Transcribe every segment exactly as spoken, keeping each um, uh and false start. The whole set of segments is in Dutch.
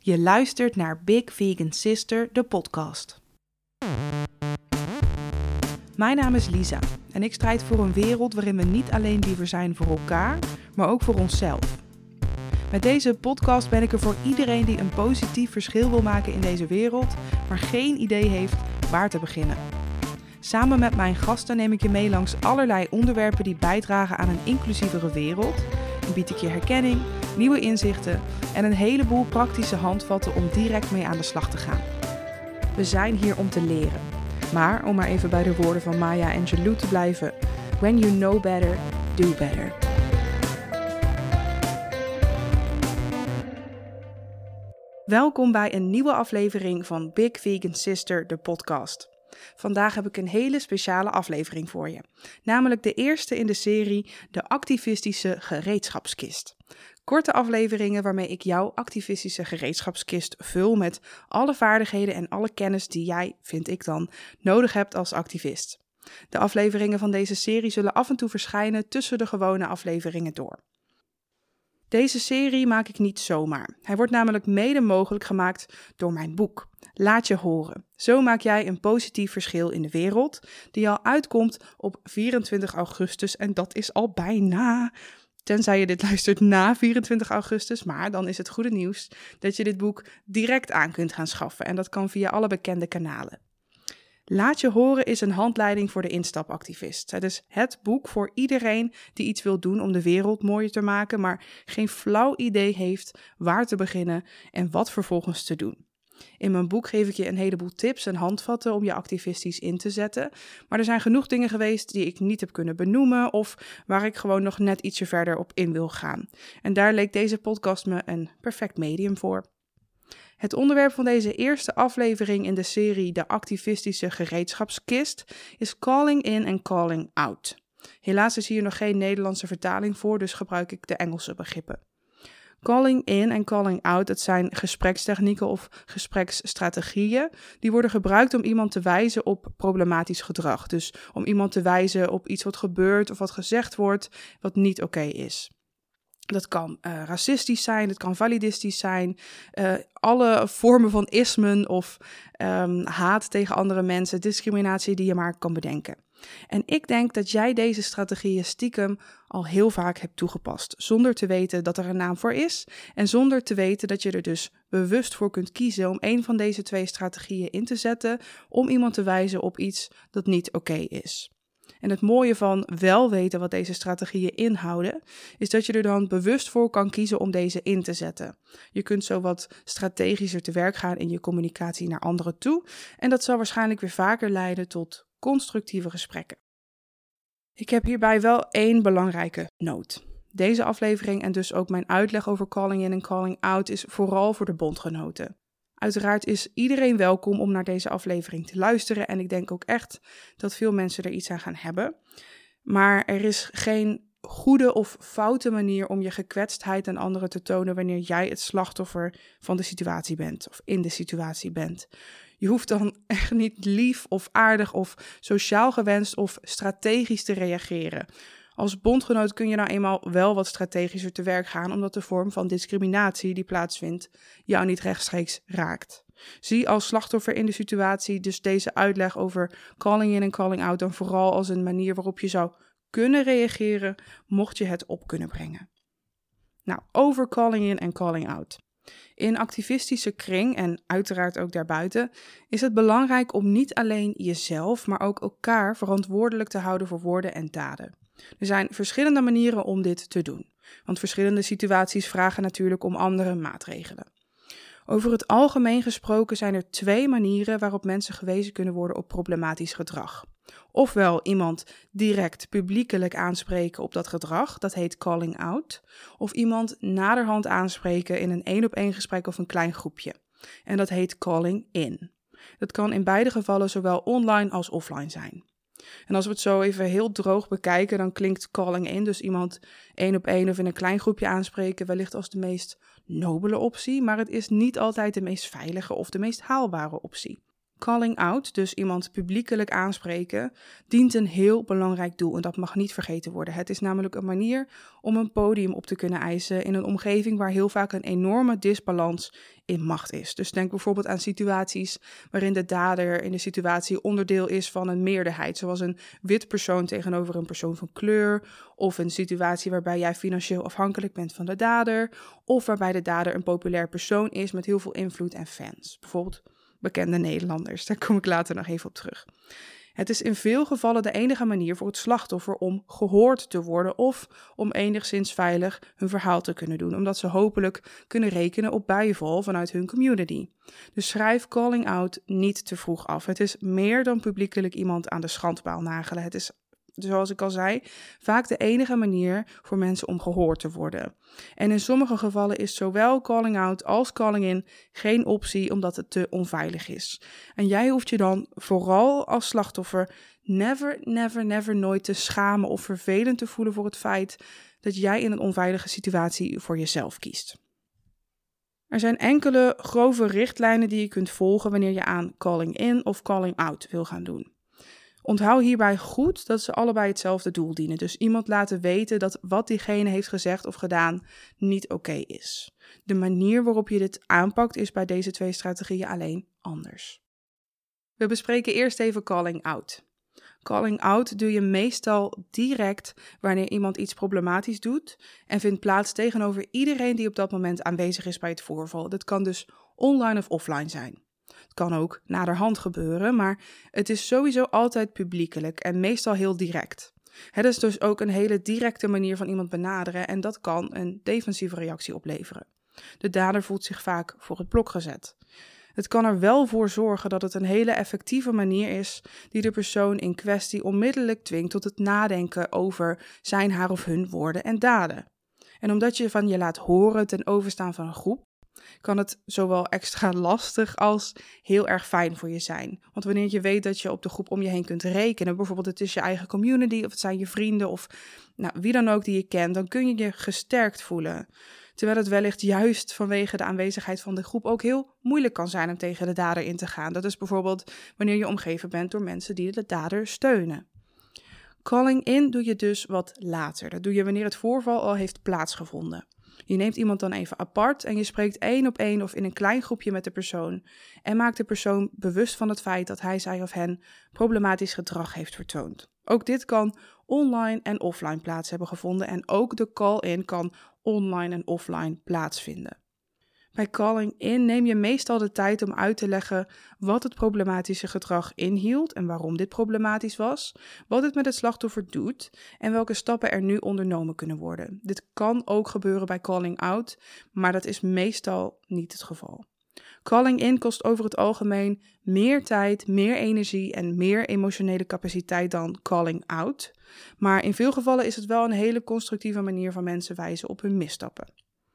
Je luistert naar Big Vegan Sister, de podcast. Mijn naam is Lisa en ik strijd voor een wereld waarin we niet alleen liever zijn voor elkaar, maar ook voor onszelf. Met deze podcast ben ik er voor iedereen die een positief verschil wil maken in deze wereld, maar geen idee heeft waar te beginnen. Samen met mijn gasten neem ik je mee langs allerlei onderwerpen die bijdragen aan een inclusievere wereld. En bied ik je herkenning, nieuwe inzichten en een heleboel praktische handvatten om direct mee aan de slag te gaan. We zijn hier om te leren. Maar om maar even bij de woorden van Maya Angelou te blijven: when you know better, do better. Welkom bij een nieuwe aflevering van Big Vegan Sister, de podcast. Vandaag heb ik een hele speciale aflevering voor je. Namelijk de eerste in de serie De Activistische Gereedschapskist. Korte afleveringen waarmee ik jouw activistische gereedschapskist vul met alle vaardigheden en alle kennis die jij, vind ik dan, nodig hebt als activist. De afleveringen van deze serie zullen af en toe verschijnen tussen de gewone afleveringen door. Deze serie maak ik niet zomaar. Hij wordt namelijk mede mogelijk gemaakt door mijn boek. Laat je horen. Zo maak jij een positief verschil in de wereld, die al uitkomt op vierentwintig augustus en dat is al bijna... Tenzij je dit luistert na vierentwintig augustus, maar dan is het goede nieuws dat je dit boek direct aan kunt gaan schaffen en dat kan via alle bekende kanalen. Laat je horen is een handleiding voor de instapactivist. Het is het boek voor iedereen die iets wil doen om de wereld mooier te maken, maar geen flauw idee heeft waar te beginnen en wat vervolgens te doen. In mijn boek geef ik je een heleboel tips en handvatten om je activistisch in te zetten. Maar er zijn genoeg dingen geweest die ik niet heb kunnen benoemen of waar ik gewoon nog net ietsje verder op in wil gaan. En daar leek deze podcast me een perfect medium voor. Het onderwerp van deze eerste aflevering in de serie De Activistische Gereedschapskist is Calling In en Calling Out. Helaas is hier nog geen Nederlandse vertaling voor, dus gebruik ik de Engelse begrippen. Calling in en calling out, dat zijn gesprekstechnieken of gespreksstrategieën. Die worden gebruikt om iemand te wijzen op problematisch gedrag. Dus om iemand te wijzen op iets wat gebeurt of wat gezegd wordt wat niet oké is. Dat kan uh, racistisch zijn, het kan validistisch zijn, uh, alle vormen van ismen of um, haat tegen andere mensen, discriminatie die je maar kan bedenken. En ik denk dat jij deze strategieën stiekem al heel vaak hebt toegepast, zonder te weten dat er een naam voor is en zonder te weten dat je er dus bewust voor kunt kiezen om een van deze twee strategieën in te zetten om iemand te wijzen op iets dat niet oké is. En het mooie van wel weten wat deze strategieën inhouden, is dat je er dan bewust voor kan kiezen om deze in te zetten. Je kunt zo wat strategischer te werk gaan in je communicatie naar anderen toe en dat zal waarschijnlijk weer vaker leiden tot constructieve gesprekken. Ik heb hierbij wel één belangrijke noot. Deze aflevering en dus ook mijn uitleg over calling in en calling out is vooral voor de bondgenoten. Uiteraard is iedereen welkom om naar deze aflevering te luisteren en ik denk ook echt dat veel mensen er iets aan gaan hebben. Maar er is geen goede of foute manier om je gekwetstheid aan anderen te tonen wanneer jij het slachtoffer van de situatie bent of in de situatie bent. Je hoeft dan echt niet lief of aardig of sociaal gewenst of strategisch te reageren. Als bondgenoot kun je nou eenmaal wel wat strategischer te werk gaan, omdat de vorm van discriminatie die plaatsvindt jou niet rechtstreeks raakt. Zie als slachtoffer in de situatie dus deze uitleg over calling in en calling out dan vooral als een manier waarop je zou kunnen reageren, mocht je het op kunnen brengen. Nou, over calling in en calling out. In activistische kring en uiteraard ook daarbuiten is het belangrijk om niet alleen jezelf, maar ook elkaar verantwoordelijk te houden voor woorden en daden. Er zijn verschillende manieren om dit te doen, want verschillende situaties vragen natuurlijk om andere maatregelen. Over het algemeen gesproken zijn er twee manieren waarop mensen gewezen kunnen worden op problematisch gedrag. Ofwel iemand direct publiekelijk aanspreken op dat gedrag, dat heet calling out. Of iemand naderhand aanspreken in een één-op-één gesprek of een klein groepje. En dat heet calling in. Dat kan in beide gevallen zowel online als offline zijn. En als we het zo even heel droog bekijken, dan klinkt calling in, dus iemand één op één of in een klein groepje aanspreken, wellicht als de meest nobele optie, maar het is niet altijd de meest veilige of de meest haalbare optie. Calling out, dus iemand publiekelijk aanspreken, dient een heel belangrijk doel en dat mag niet vergeten worden. Het is namelijk een manier om een podium op te kunnen eisen in een omgeving waar heel vaak een enorme disbalans in macht is. Dus denk bijvoorbeeld aan situaties waarin de dader in de situatie onderdeel is van een meerderheid, zoals een wit persoon tegenover een persoon van kleur, of een situatie waarbij jij financieel afhankelijk bent van de dader, of waarbij de dader een populair persoon is met heel veel invloed en fans. Bijvoorbeeld bekende Nederlanders, daar kom ik later nog even op terug. Het is in veel gevallen de enige manier voor het slachtoffer om gehoord te worden of om enigszins veilig hun verhaal te kunnen doen, omdat ze hopelijk kunnen rekenen op bijval vanuit hun community. Dus schrijf calling out niet te vroeg af. Het is meer dan publiekelijk iemand aan de schandpaal nagelen. Het is, zoals ik al zei, vaak de enige manier voor mensen om gehoord te worden. En in sommige gevallen is zowel calling out als calling in geen optie omdat het te onveilig is. En jij hoeft je dan vooral als slachtoffer never, never, never nooit te schamen of vervelend te voelen voor het feit dat jij in een onveilige situatie voor jezelf kiest. Er zijn enkele grove richtlijnen die je kunt volgen wanneer je aan calling in of calling out wil gaan doen. Onthoud hierbij goed dat ze allebei hetzelfde doel dienen. Dus iemand laten weten dat wat diegene heeft gezegd of gedaan niet oké is. De manier waarop je dit aanpakt is bij deze twee strategieën alleen anders. We bespreken eerst even calling out. Calling out doe je meestal direct wanneer iemand iets problematisch doet en vindt plaats tegenover iedereen die op dat moment aanwezig is bij het voorval. Dat kan dus online of offline zijn. Het kan ook naderhand gebeuren, maar het is sowieso altijd publiekelijk en meestal heel direct. Het is dus ook een hele directe manier van iemand benaderen en dat kan een defensieve reactie opleveren. De dader voelt zich vaak voor het blok gezet. Het kan er wel voor zorgen dat het een hele effectieve manier is die de persoon in kwestie onmiddellijk dwingt tot het nadenken over zijn, haar of hun woorden en daden. En omdat je van je laat horen ten overstaan van een groep, kan het zowel extra lastig als heel erg fijn voor je zijn. Want wanneer je weet dat je op de groep om je heen kunt rekenen, bijvoorbeeld het is je eigen community of het zijn je vrienden of nou, wie dan ook die je kent, dan kun je je gesterkt voelen. Terwijl het wellicht juist vanwege de aanwezigheid van de groep ook heel moeilijk kan zijn om tegen de dader in te gaan. Dat is bijvoorbeeld wanneer je omgeven bent door mensen die de dader steunen. Calling in doe je dus wat later. Dat doe je wanneer het voorval al heeft plaatsgevonden. Je neemt iemand dan even apart en je spreekt één op één of in een klein groepje met de persoon en maakt de persoon bewust van het feit dat hij, zij of hen problematisch gedrag heeft vertoond. Ook dit kan online en offline plaats hebben gevonden en ook de call-in kan online en offline plaatsvinden. Bij calling in neem je meestal de tijd om uit te leggen wat het problematische gedrag inhield en waarom dit problematisch was, wat het met het slachtoffer doet en welke stappen er nu ondernomen kunnen worden. Dit kan ook gebeuren bij calling out, maar dat is meestal niet het geval. Calling in kost over het algemeen meer tijd, meer energie en meer emotionele capaciteit dan calling out, maar in veel gevallen is het wel een hele constructieve manier van mensen wijzen op hun misstappen.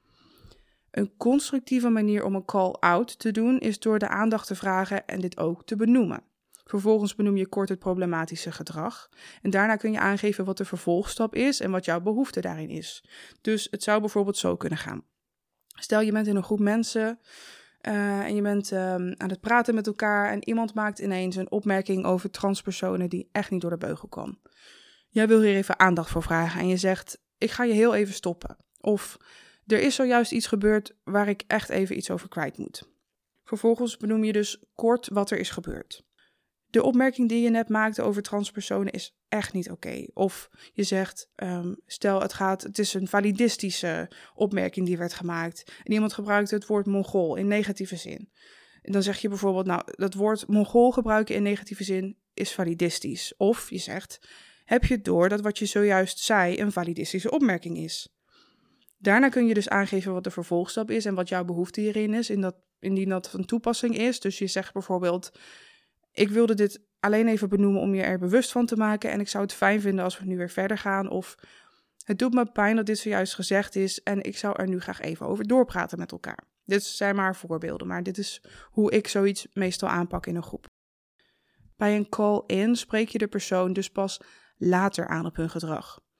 Een constructieve manier om een call-out te doen is door de aandacht te vragen en dit ook te benoemen. Vervolgens benoem je kort het problematische gedrag en daarna kun je aangeven wat de vervolgstap is en wat jouw behoefte daarin is. Dus het zou bijvoorbeeld zo kunnen gaan. Stel je bent in een groep mensen uh, en je bent uh, aan het praten met elkaar en iemand maakt ineens een opmerking over transpersonen die echt niet door de beugel kan. Jij wil hier even aandacht voor vragen en je zegt, ik ga je heel even stoppen. Of er is zojuist iets gebeurd waar ik echt even iets over kwijt moet. Vervolgens benoem je dus kort wat er is gebeurd. De opmerking die je net maakte over transpersonen is echt niet oké. Okay. Of je zegt, um, stel het gaat, het is een validistische opmerking die werd gemaakt. En iemand gebruikt het woord Mongool in negatieve zin. En dan zeg je bijvoorbeeld, nou, dat woord Mongool gebruiken in negatieve zin is validistisch. Of je zegt, heb je door dat wat je zojuist zei een validistische opmerking is? Daarna kun je dus aangeven wat de vervolgstap is en wat jouw behoefte hierin is, in dat, indien dat van toepassing is. Dus je zegt bijvoorbeeld, ik wilde dit alleen even benoemen om je er bewust van te maken en ik zou het fijn vinden als we nu weer verder gaan. Of het doet me pijn dat dit zojuist gezegd is en ik zou er nu graag even over doorpraten met elkaar. Dit zijn maar voorbeelden, maar dit is hoe ik zoiets meestal aanpak in een groep. Bij een call-in spreek je de persoon dus pas later aan op hun gedrag.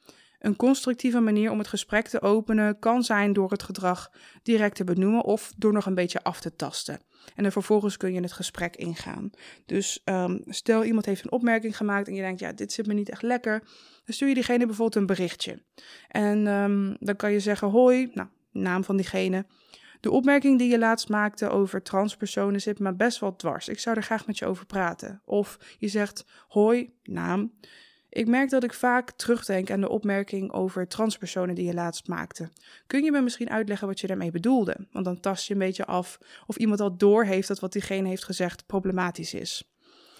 Een constructieve manier om het gesprek te openen kan zijn door het gedrag direct te benoemen of door nog een beetje af te tasten. En dan vervolgens kun je het gesprek ingaan. Dus um, stel iemand heeft een opmerking gemaakt en je denkt, ja, dit zit me niet echt lekker. Dan stuur je diegene bijvoorbeeld een berichtje. En um, dan kan je zeggen, hoi, nou, naam van diegene. De opmerking die je laatst maakte over transpersonen zit me best wel dwars. Ik zou er graag met je over praten. Of je zegt, hoi, naam. Ik merk dat ik vaak terugdenk aan de opmerking over transpersonen die je laatst maakte. Kun je me misschien uitleggen wat je daarmee bedoelde? Want dan tast je een beetje af of iemand al doorheeft dat wat diegene heeft gezegd problematisch is.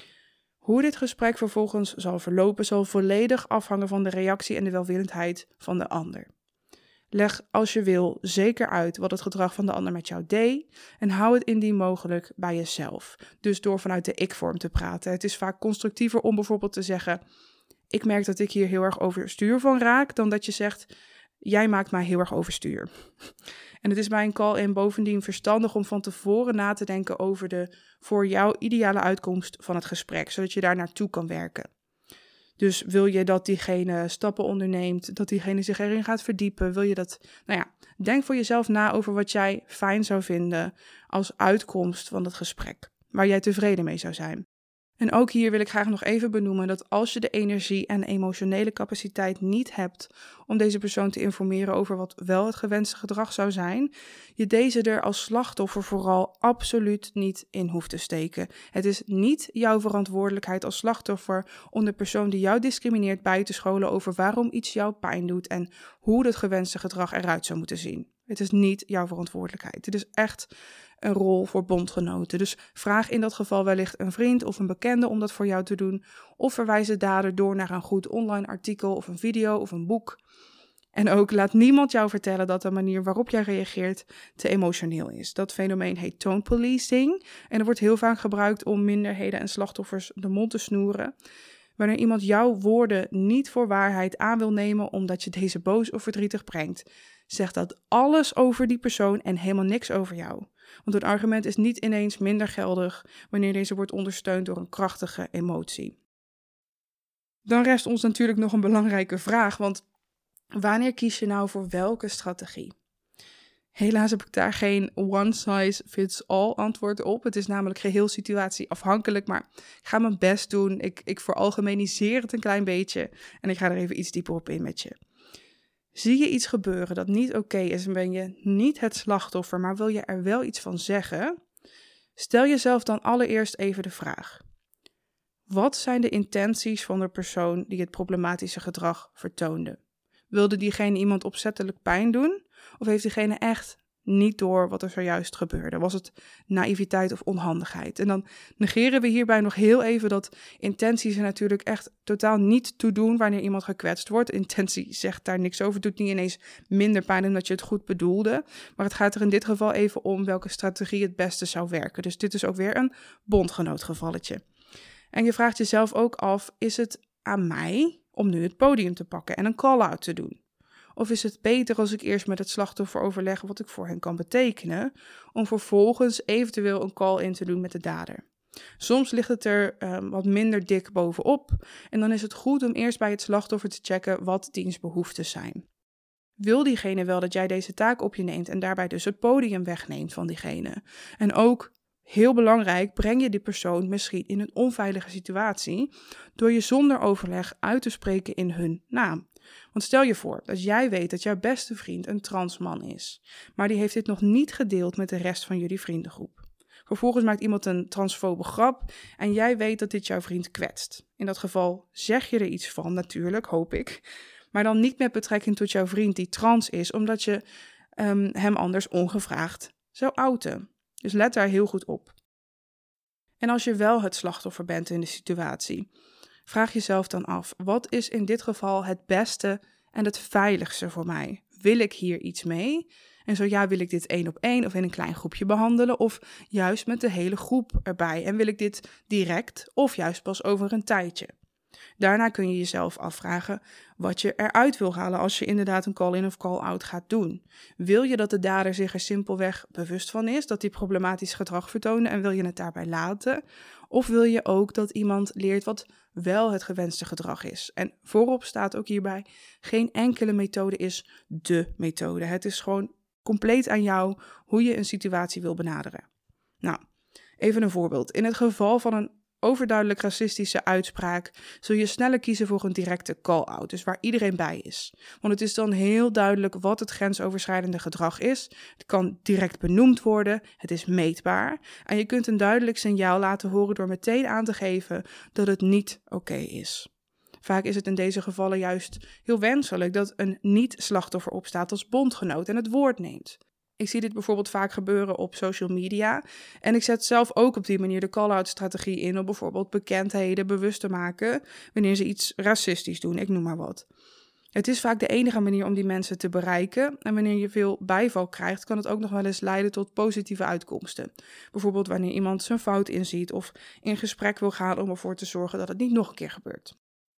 Hoe dit gesprek vervolgens zal verlopen zal volledig afhangen van de reactie en de welwillendheid van de ander. Leg als je wil zeker uit wat het gedrag van de ander met jou deed en hou het indien mogelijk bij jezelf. Dus door vanuit de ik-vorm te praten. Het is vaak constructiever om bijvoorbeeld te zeggen, ik merk dat ik hier heel erg overstuur van raak, dan dat je zegt, jij maakt mij heel erg overstuur. En het is bij een call-in bovendien verstandig om van tevoren na te denken over de voor jou ideale uitkomst van het gesprek, zodat je daar naartoe kan werken. Dus wil je dat diegene stappen onderneemt, dat diegene zich erin gaat verdiepen, wil je dat, nou ja, denk voor jezelf na over wat jij fijn zou vinden als uitkomst van het gesprek, waar jij tevreden mee zou zijn. En ook hier wil ik graag nog even benoemen dat als je de energie en emotionele capaciteit niet hebt om deze persoon te informeren over wat wel het gewenste gedrag zou zijn, je deze er als slachtoffer vooral absoluut niet in hoeft te steken. Het is niet jouw verantwoordelijkheid als slachtoffer om de persoon die jou discrimineert bij te scholen over waarom iets jou pijn doet en hoe het gewenste gedrag eruit zou moeten zien. Het is niet jouw verantwoordelijkheid. Het is echt een rol voor bondgenoten. Dus vraag in dat geval wellicht een vriend of een bekende om dat voor jou te doen. Of verwijs de dader door naar een goed online artikel of een video of een boek. En ook laat niemand jou vertellen dat de manier waarop jij reageert te emotioneel is. Dat fenomeen heet tone policing en er wordt heel vaak gebruikt om minderheden en slachtoffers de mond te snoeren. Wanneer iemand jouw woorden niet voor waarheid aan wil nemen omdat je deze boos of verdrietig brengt, zegt dat alles over die persoon en helemaal niks over jou. Want een argument is niet ineens minder geldig wanneer deze wordt ondersteund door een krachtige emotie. Dan rest ons natuurlijk nog een belangrijke vraag, want wanneer kies je nou voor welke strategie? Helaas heb ik daar geen one-size-fits-all antwoord op. Het is namelijk geheel situatieafhankelijk, maar ik ga mijn best doen. Ik, ik veralgemeniseer het een klein beetje en ik ga er even iets dieper op in met je. Zie je iets gebeuren dat niet oké is en ben je niet het slachtoffer, maar wil je er wel iets van zeggen? Stel jezelf dan allereerst even de vraag. Wat zijn de intenties van de persoon die het problematische gedrag vertoonde? Wilde diegene iemand opzettelijk pijn doen? Of heeft diegene echt niet door wat er zojuist gebeurde? Was het naïviteit of onhandigheid? En dan negeren we hierbij nog heel even dat intenties er natuurlijk echt totaal niet toe doen wanneer iemand gekwetst wordt. Intentie zegt daar niks over, doet niet ineens minder pijn omdat je het goed bedoelde. Maar het gaat er in dit geval even om welke strategie het beste zou werken. Dus dit is ook weer een bondgenootgevalletje. En je vraagt jezelf ook af, is het aan mij om nu het podium te pakken en een call-out te doen? Of is het beter als ik eerst met het slachtoffer overleg wat ik voor hen kan betekenen, om vervolgens eventueel een call-in te doen met de dader? Soms ligt het er um, wat minder dik bovenop en dan is het goed om eerst bij het slachtoffer te checken wat diens behoeften zijn. Wil diegene wel dat jij deze taak op je neemt en daarbij dus het podium wegneemt van diegene? En ook, heel belangrijk, breng je die persoon misschien in een onveilige situatie door je zonder overleg uit te spreken in hun naam. Want stel je voor dat jij weet dat jouw beste vriend een transman is, maar die heeft dit nog niet gedeeld met de rest van jullie vriendengroep. Vervolgens maakt iemand een transfobe grap en jij weet dat dit jouw vriend kwetst. In dat geval zeg je er iets van, natuurlijk, hoop ik, maar dan niet met betrekking tot jouw vriend die trans is, omdat je um, hem anders ongevraagd zou outen. Dus let daar heel goed op. En als je wel het slachtoffer bent in de situatie, vraag jezelf dan af, wat is in dit geval het beste en het veiligste voor mij? Wil ik hier iets mee? En zo ja, wil ik dit één op één of in een klein groepje behandelen of juist met de hele groep erbij? En wil ik dit direct of juist pas over een tijdje? Daarna kun je jezelf afvragen wat je eruit wil halen als je inderdaad een call-in of call-out gaat doen. Wil je dat de dader zich er simpelweg bewust van is, dat hij problematisch gedrag vertoonde en wil je het daarbij laten? Of wil je ook dat iemand leert wat wel het gewenste gedrag is? En voorop staat ook hierbij, geen enkele methode is dé methode. Het is gewoon compleet aan jou hoe je een situatie wil benaderen. Nou, even een voorbeeld. In het geval van een overduidelijk racistische uitspraak zul je sneller kiezen voor een directe call-out, dus waar iedereen bij is. Want het is dan heel duidelijk wat het grensoverschrijdende gedrag is. Het kan direct benoemd worden, het is meetbaar en je kunt een duidelijk signaal laten horen door meteen aan te geven dat het niet oké is. Vaak is het in deze gevallen juist heel wenselijk dat een niet-slachtoffer opstaat als bondgenoot en het woord neemt. Ik zie dit bijvoorbeeld vaak gebeuren op social media en ik zet zelf ook op die manier de call-out strategie in om bijvoorbeeld bekendheden bewust te maken wanneer ze iets racistisch doen, ik noem maar wat. Het is vaak de enige manier om die mensen te bereiken en wanneer je veel bijval krijgt kan het ook nog wel eens leiden tot positieve uitkomsten. Bijvoorbeeld wanneer iemand zijn fout inziet of in gesprek wil gaan om ervoor te zorgen dat het niet nog een keer gebeurt.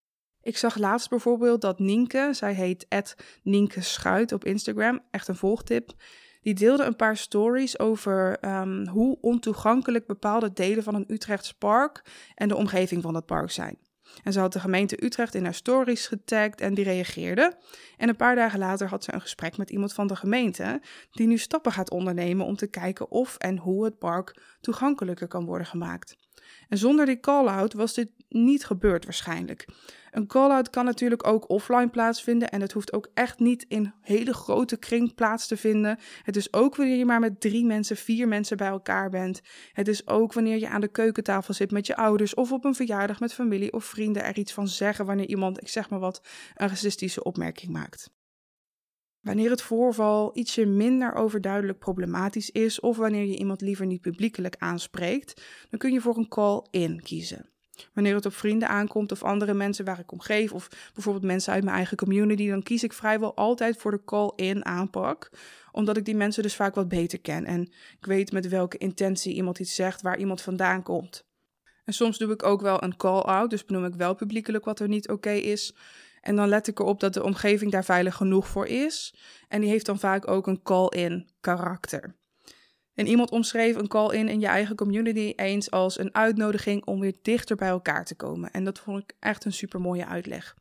Ik zag laatst bijvoorbeeld dat Nienke, zij heet at Nienke Schuit op Instagram, echt een volgtip. Die deelde een paar stories over um, hoe ontoegankelijk bepaalde delen van een Utrechts park en de omgeving van dat park zijn. En ze had de gemeente Utrecht in haar stories getagd en die reageerde. En een paar dagen later had ze een gesprek met iemand van de gemeente die nu stappen gaat ondernemen om te kijken of en hoe het park toegankelijker kan worden gemaakt. En zonder die call-out was dit niet gebeurd waarschijnlijk. Een call-out kan natuurlijk ook offline plaatsvinden en het hoeft ook echt niet in hele grote kring plaats te vinden. Het is ook wanneer je maar met drie mensen, vier mensen bij elkaar bent. Het is ook wanneer je aan de keukentafel zit met je ouders of op een verjaardag met familie of vrienden er iets van zeggen wanneer iemand, ik zeg maar wat, een racistische opmerking maakt. Wanneer het voorval ietsje minder overduidelijk problematisch is of wanneer je iemand liever niet publiekelijk aanspreekt, dan kun je voor een call-in kiezen. Wanneer het op vrienden aankomt of andere mensen waar ik om geef of bijvoorbeeld mensen uit mijn eigen community, dan kies ik vrijwel altijd voor de call-in aanpak, omdat ik die mensen dus vaak wat beter ken en ik weet met welke intentie iemand iets zegt, waar iemand vandaan komt. En soms doe ik ook wel een call-out, dus benoem ik wel publiekelijk wat er niet oké is. En dan let ik erop dat de omgeving daar veilig genoeg voor is. En die heeft dan vaak ook een call-in karakter. En iemand omschreef een call-in in je eigen community eens als een uitnodiging om weer dichter bij elkaar te komen. En dat vond ik echt een supermooie uitleg.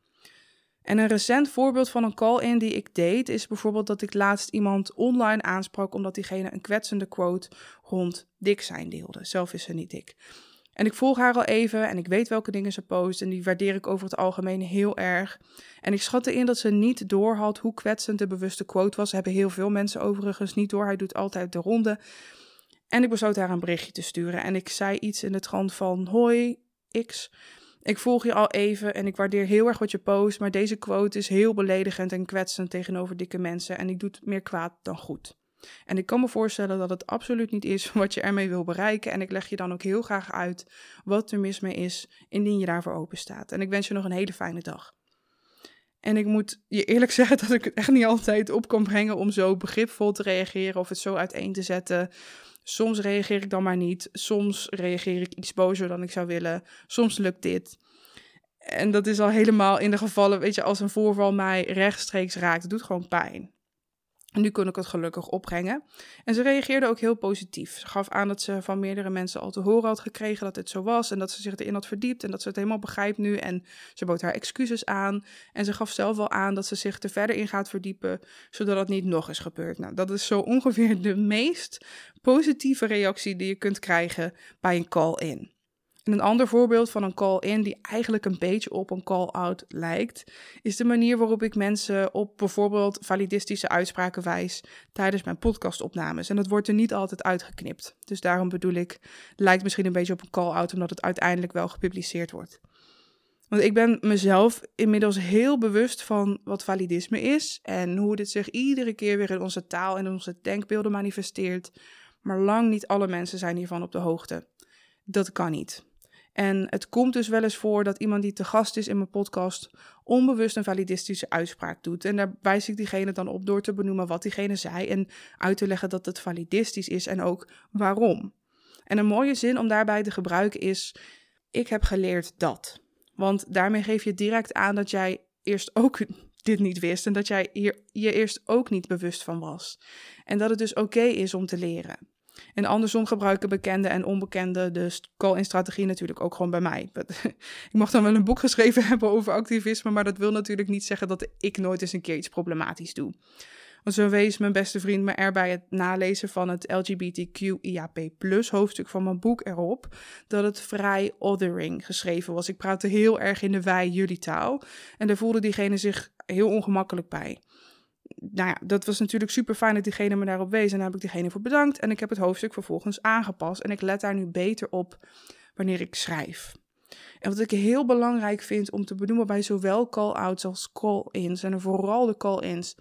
En een recent voorbeeld van een call-in die ik deed is bijvoorbeeld dat ik laatst iemand online aansprak omdat diegene een kwetsende quote rond dik zijn deelde. Zelf is ze niet dik. En ik volg haar al even en ik weet welke dingen ze post en die waardeer ik over het algemeen heel erg. En ik schatte in dat ze niet doorhad hoe kwetsend de bewuste quote was. Hebben heel veel mensen overigens niet door, hij doet altijd de ronde. En ik besloot haar een berichtje te sturen en ik zei iets in de trant van: hoi, X, ik volg je al even en ik waardeer heel erg wat je post, maar deze quote is heel beledigend en kwetsend tegenover dikke mensen en die doet meer kwaad dan goed. En ik kan me voorstellen dat het absoluut niet is wat je ermee wil bereiken. En ik leg je dan ook heel graag uit wat er mis mee is, indien je daarvoor open staat. En ik wens je nog een hele fijne dag. En ik moet je eerlijk zeggen dat ik het echt niet altijd op kan brengen om zo begripvol te reageren of het zo uiteen te zetten. Soms reageer ik dan maar niet. Soms reageer ik iets bozer dan ik zou willen. Soms lukt dit. En dat is al helemaal in de gevallen, weet je, als een voorval mij rechtstreeks raakt. Het doet gewoon pijn. En nu kon ik het gelukkig opbrengen. En ze reageerde ook heel positief. Ze gaf aan dat ze van meerdere mensen al te horen had gekregen dat het zo was. En dat ze zich erin had verdiept en dat ze het helemaal begrijpt nu. En ze bood haar excuses aan. En ze gaf zelf wel aan dat ze zich er verder in gaat verdiepen, zodat het niet nog eens gebeurt. Nou, dat is zo ongeveer de meest positieve reactie die je kunt krijgen bij een call-in. En een ander voorbeeld van een call-in die eigenlijk een beetje op een call-out lijkt, is de manier waarop ik mensen op bijvoorbeeld validistische uitspraken wijs tijdens mijn podcastopnames. En dat wordt er niet altijd uitgeknipt. Dus daarom bedoel ik, lijkt misschien een beetje op een call-out, omdat het uiteindelijk wel gepubliceerd wordt. Want ik ben mezelf inmiddels heel bewust van wat validisme is en hoe dit zich iedere keer weer in onze taal en in onze denkbeelden manifesteert. Maar lang niet alle mensen zijn hiervan op de hoogte. Dat kan niet. En het komt dus wel eens voor dat iemand die te gast is in mijn podcast onbewust een validistische uitspraak doet. En daar wijs ik diegene dan op door te benoemen wat diegene zei en uit te leggen dat het validistisch is en ook waarom. En een mooie zin om daarbij te gebruiken is: ik heb geleerd dat. Want daarmee geef je direct aan dat jij eerst ook dit niet wist en dat jij hier je eerst ook niet bewust van was. En dat het dus oké is om te leren. En andersom gebruiken bekende en onbekende de call-in strategie natuurlijk ook gewoon bij mij. Ik mag dan wel een boek geschreven hebben over activisme, maar dat wil natuurlijk niet zeggen dat ik nooit eens een keer iets problematisch doe. Want zo wees mijn beste vriend me er bij het nalezen van het L G B T Q I A P plus hoofdstuk van mijn boek erop, dat het vrij othering geschreven was. Ik praatte heel erg in de wij-jullie taal en daar voelde diegene zich heel ongemakkelijk bij. Nou ja, dat was natuurlijk super fijn dat diegene me daarop wees en daar heb ik diegene voor bedankt en ik heb het hoofdstuk vervolgens aangepast en ik let daar nu beter op wanneer ik schrijf. En wat ik heel belangrijk vind om te benoemen bij zowel call-outs als call-ins en vooral de call-ins.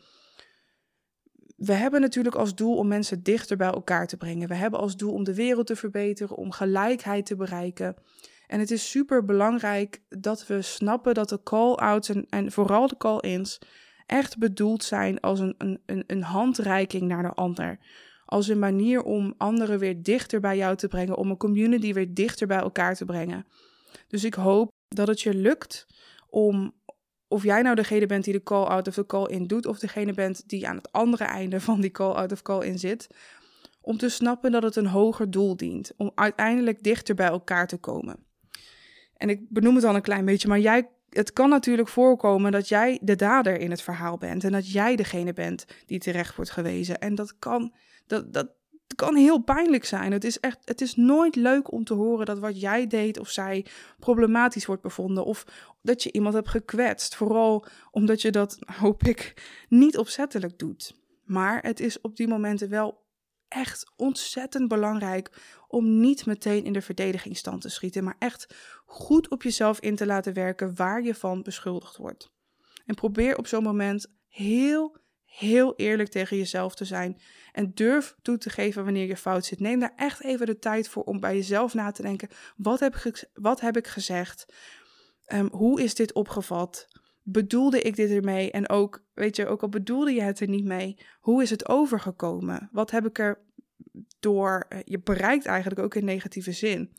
We hebben natuurlijk als doel om mensen dichter bij elkaar te brengen. We hebben als doel om de wereld te verbeteren, om gelijkheid te bereiken. En het is super belangrijk dat we snappen dat de call-outs en, en vooral de call-ins echt bedoeld zijn als een, een, een handreiking naar de ander. Als een manier om anderen weer dichter bij jou te brengen, om een community weer dichter bij elkaar te brengen. Dus ik hoop dat het je lukt om, of jij nou degene bent die de call-out of de call-in doet, of degene bent die aan het andere einde van die call-out of call-in zit, om te snappen dat het een hoger doel dient, om uiteindelijk dichter bij elkaar te komen. En ik benoem het al een klein beetje, maar jij, het kan natuurlijk voorkomen dat jij de dader in het verhaal bent en dat jij degene bent die terecht wordt gewezen. En dat kan, dat, dat kan heel pijnlijk zijn. Het is echt, het is nooit leuk om te horen dat wat jij deed of zij problematisch wordt bevonden of dat je iemand hebt gekwetst. Vooral omdat je dat, hoop ik, niet opzettelijk doet. Maar het is op die momenten wel echt ontzettend belangrijk om niet meteen in de verdedigingsstand te schieten, maar echt goed op jezelf in te laten werken waar je van beschuldigd wordt. En probeer op zo'n moment heel, heel eerlijk tegen jezelf te zijn en durf toe te geven wanneer je fout zit. Neem daar echt even de tijd voor om bij jezelf na te denken. Wat heb ik, wat heb ik gezegd? Um, hoe is dit opgevat? Bedoelde ik dit ermee? En ook, weet je, ook al bedoelde je het er niet mee, hoe is het overgekomen? Wat heb ik er door je bereikt eigenlijk ook in negatieve zin?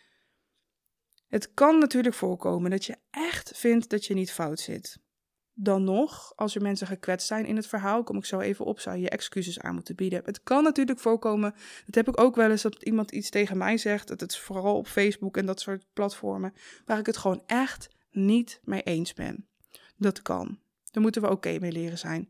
Het kan natuurlijk voorkomen dat je echt vindt dat je niet fout zit. Dan nog, als er mensen gekwetst zijn in het verhaal, kom ik zo even op, zou je excuses aan moeten bieden. Het kan natuurlijk voorkomen, dat heb ik ook wel eens, dat iemand iets tegen mij zegt, dat het is vooral op Facebook en dat soort platformen, waar ik het gewoon echt niet mee eens ben. Dat kan. Daar moeten we oké mee leren zijn.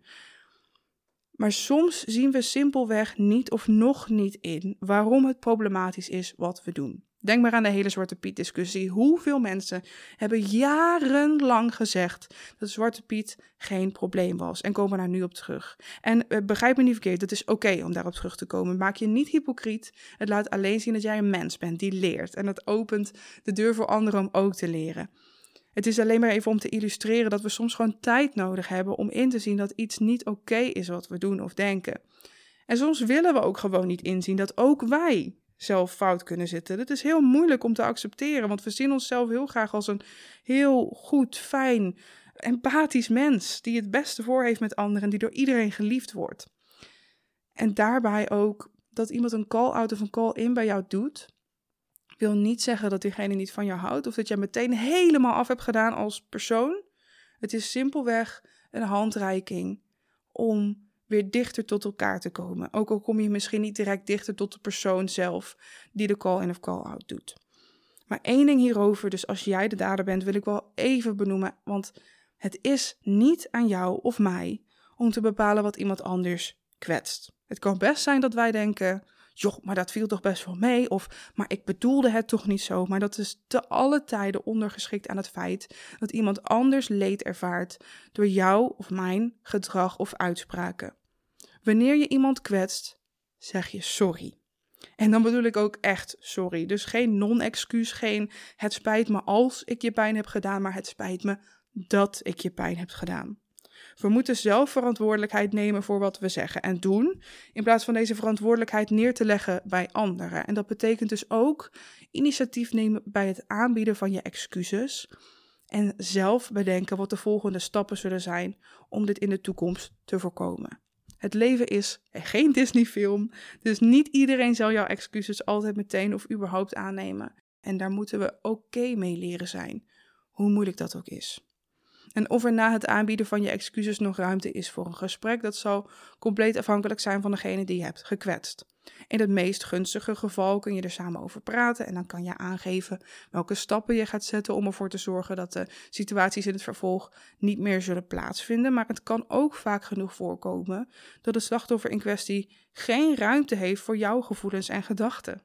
Maar soms zien we simpelweg niet of nog niet in waarom het problematisch is wat we doen. Denk maar aan de hele Zwarte Piet discussie. Hoeveel mensen hebben jarenlang gezegd dat Zwarte Piet geen probleem was en komen daar nu op terug. En uh, begrijp me niet verkeerd, het is oké okay om daarop terug te komen. Maak je niet hypocriet. Het laat alleen zien dat jij een mens bent die leert. En dat opent de deur voor anderen om ook te leren. Het is alleen maar even om te illustreren dat we soms gewoon tijd nodig hebben om in te zien dat iets niet oké is wat we doen of denken. En soms willen we ook gewoon niet inzien dat ook wij zelf fout kunnen zitten. Dat is heel moeilijk om te accepteren, want we zien onszelf heel graag als een heel goed, fijn, empathisch mens die het beste voor heeft met anderen en die door iedereen geliefd wordt. En daarbij ook dat iemand een call-out of een call-in bij jou doet, wil niet zeggen dat diegene niet van jou houdt of dat jij meteen helemaal af hebt gedaan als persoon. Het is simpelweg een handreiking om weer dichter tot elkaar te komen. Ook al kom je misschien niet direct dichter tot de persoon zelf die de call-in of call-out doet. Maar één ding hierover, dus als jij de dader bent, wil ik wel even benoemen, want het is niet aan jou of mij om te bepalen wat iemand anders kwetst. Het kan best zijn dat wij denken, joh, maar dat viel toch best wel mee, of maar ik bedoelde het toch niet zo, maar dat is te alle tijden ondergeschikt aan het feit dat iemand anders leed ervaart door jou of mijn gedrag of uitspraken. Wanneer je iemand kwetst, zeg je sorry. En dan bedoel ik ook echt sorry. Dus geen non-excuus, geen het spijt me als ik je pijn heb gedaan, maar het spijt me dat ik je pijn heb gedaan. We moeten zelf verantwoordelijkheid nemen voor wat we zeggen en doen, in plaats van deze verantwoordelijkheid neer te leggen bij anderen. En dat betekent dus ook initiatief nemen bij het aanbieden van je excuses en zelf bedenken wat de volgende stappen zullen zijn om dit in de toekomst te voorkomen. Het leven is geen Disney-film, dus niet iedereen zal jouw excuses altijd meteen of überhaupt aannemen. En daar moeten we oké mee leren zijn. hoe moeilijk dat ook is. En of er na het aanbieden van je excuses nog ruimte is voor een gesprek, dat zal compleet afhankelijk zijn van degene die je hebt gekwetst. In het meest gunstige geval kun je er samen over praten en dan kan je aangeven welke stappen je gaat zetten om ervoor te zorgen dat de situaties in het vervolg niet meer zullen plaatsvinden. Maar het kan ook vaak genoeg voorkomen dat het slachtoffer in kwestie geen ruimte heeft voor jouw gevoelens en gedachten.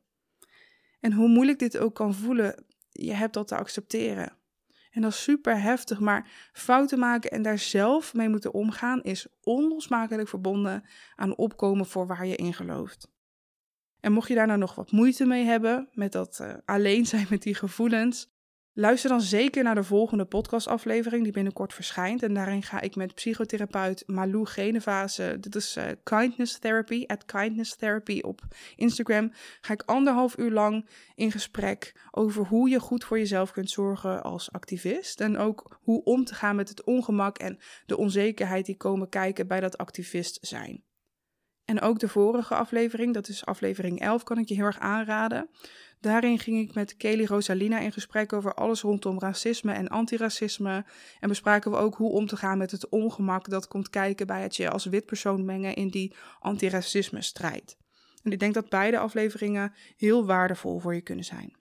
En hoe moeilijk dit ook kan voelen, je hebt dat te accepteren. En dat is super heftig, maar fouten maken en daar zelf mee moeten omgaan is onlosmakelijk verbonden aan opkomen voor waar je in gelooft. En mocht je daar nou nog wat moeite mee hebben, met dat uh, alleen zijn met die gevoelens, luister dan zeker naar de volgende podcastaflevering die binnenkort verschijnt. En daarin ga ik met psychotherapeut Malou Genevase, dit is uh, Kindness Therapy, at Kindness Therapy op Instagram, ga ik anderhalf uur lang in gesprek over hoe je goed voor jezelf kunt zorgen als activist. En ook hoe om te gaan met het ongemak en de onzekerheid die komen kijken bij dat activist zijn. En ook de vorige aflevering, dat is aflevering elf, kan ik je heel erg aanraden. Daarin ging ik met Kelly Rosalina in gesprek over alles rondom racisme en antiracisme. En bespraken we ook hoe om te gaan met het ongemak dat komt kijken bij het je als wit persoon mengen in die antiracisme strijd. En ik denk dat beide afleveringen heel waardevol voor je kunnen zijn.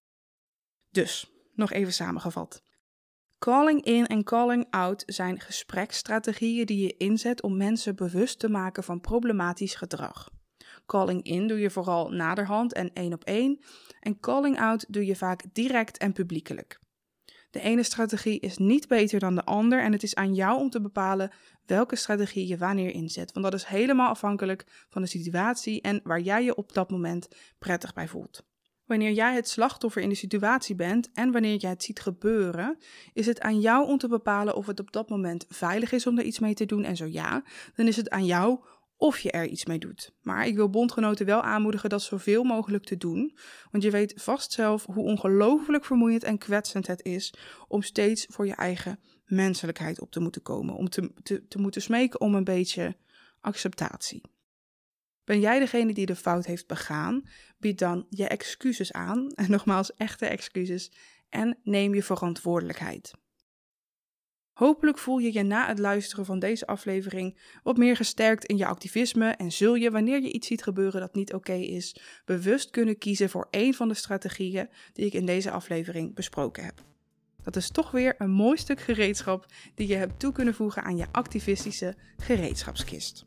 Dus, nog even samengevat. Calling in en calling out zijn gespreksstrategieën die je inzet om mensen bewust te maken van problematisch gedrag. Calling in doe je vooral naderhand en één op één en calling out doe je vaak direct en publiekelijk. De ene strategie is niet beter dan de ander en het is aan jou om te bepalen welke strategie je wanneer inzet, want dat is helemaal afhankelijk van de situatie en waar jij je op dat moment prettig bij voelt. Wanneer jij het slachtoffer in de situatie bent en wanneer jij het ziet gebeuren, is het aan jou om te bepalen of het op dat moment veilig is om er iets mee te doen. En zo ja, dan is het aan jou of je er iets mee doet. Maar ik wil bondgenoten wel aanmoedigen dat zoveel mogelijk te doen. Want je weet vast zelf hoe ongelooflijk vermoeiend en kwetsend het is om steeds voor je eigen menselijkheid op te moeten komen. Om te, te, te moeten smeken om een beetje acceptatie. Ben jij degene die de fout heeft begaan, bied dan je excuses aan, en nogmaals echte excuses, en neem je verantwoordelijkheid. Hopelijk voel je je na het luisteren van deze aflevering wat meer gesterkt in je activisme en zul je, wanneer je iets ziet gebeuren dat niet oké is, bewust kunnen kiezen voor één van de strategieën die ik in deze aflevering besproken heb. Dat is toch weer een mooi stuk gereedschap die je hebt toe kunnen voegen aan je activistische gereedschapskist.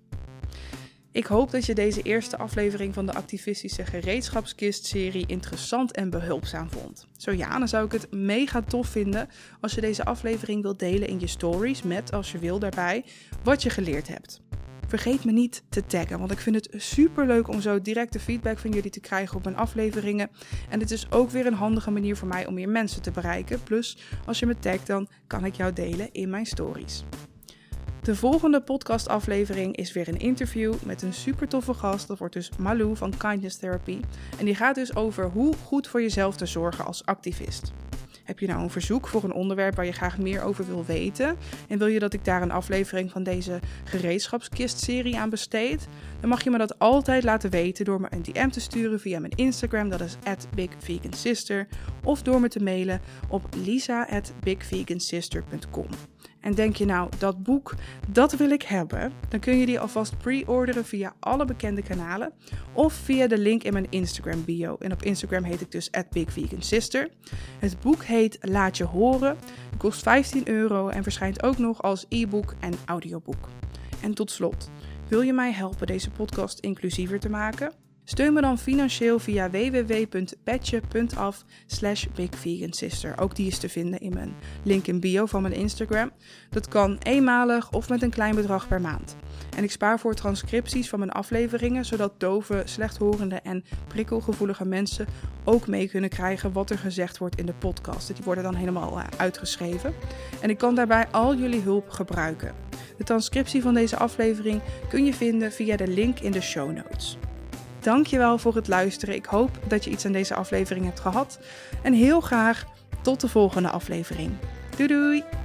Ik hoop dat je deze eerste aflevering van de activistische gereedschapskist-serie interessant en behulpzaam vond. Zo ja, dan zou ik het mega tof vinden als je deze aflevering wilt delen in je stories met, als je wil daarbij, wat je geleerd hebt. Vergeet me niet te taggen, want ik vind het super leuk om zo directe feedback van jullie te krijgen op mijn afleveringen. En het is ook weer een handige manier voor mij om meer mensen te bereiken. Plus, als je me tagt, dan kan ik jou delen in mijn stories. De volgende podcastaflevering is weer een interview met een super toffe gast. Dat wordt dus Malou van Kindness Therapy. En die gaat dus over hoe goed voor jezelf te zorgen als activist. Heb je nou een verzoek voor een onderwerp waar je graag meer over wil weten? En wil je dat ik daar een aflevering van deze gereedschapskist-serie aan besteed? Dan mag je me dat altijd laten weten door me een D M te sturen via mijn Instagram, dat is at big vegan sister. Of door me te mailen op lisa at big vegan sister dot com. En denk je nou, dat boek, dat wil ik hebben, dan kun je die alvast pre-orderen via alle bekende kanalen of via de link in mijn Instagram bio. En op Instagram heet ik dus at big vegan sister. Het boek heet Laat je horen, kost vijftien euro en verschijnt ook nog als e-book en audioboek. En tot slot, wil je mij helpen deze podcast inclusiever te maken? Steun me dan financieel via www.petje.af slash bigvegansister. Ook die is te vinden in mijn link in bio van mijn Instagram. Dat kan eenmalig of met een klein bedrag per maand. En ik spaar voor transcripties van mijn afleveringen, zodat dove, slechthorende en prikkelgevoelige mensen ook mee kunnen krijgen wat er gezegd wordt in de podcast. Die worden dan helemaal uitgeschreven. En ik kan daarbij al jullie hulp gebruiken. De transcriptie van deze aflevering kun je vinden via de link in de show notes. Dankjewel voor het luisteren. Ik hoop dat je iets aan deze aflevering hebt gehad. En heel graag tot de volgende aflevering. Doei doei!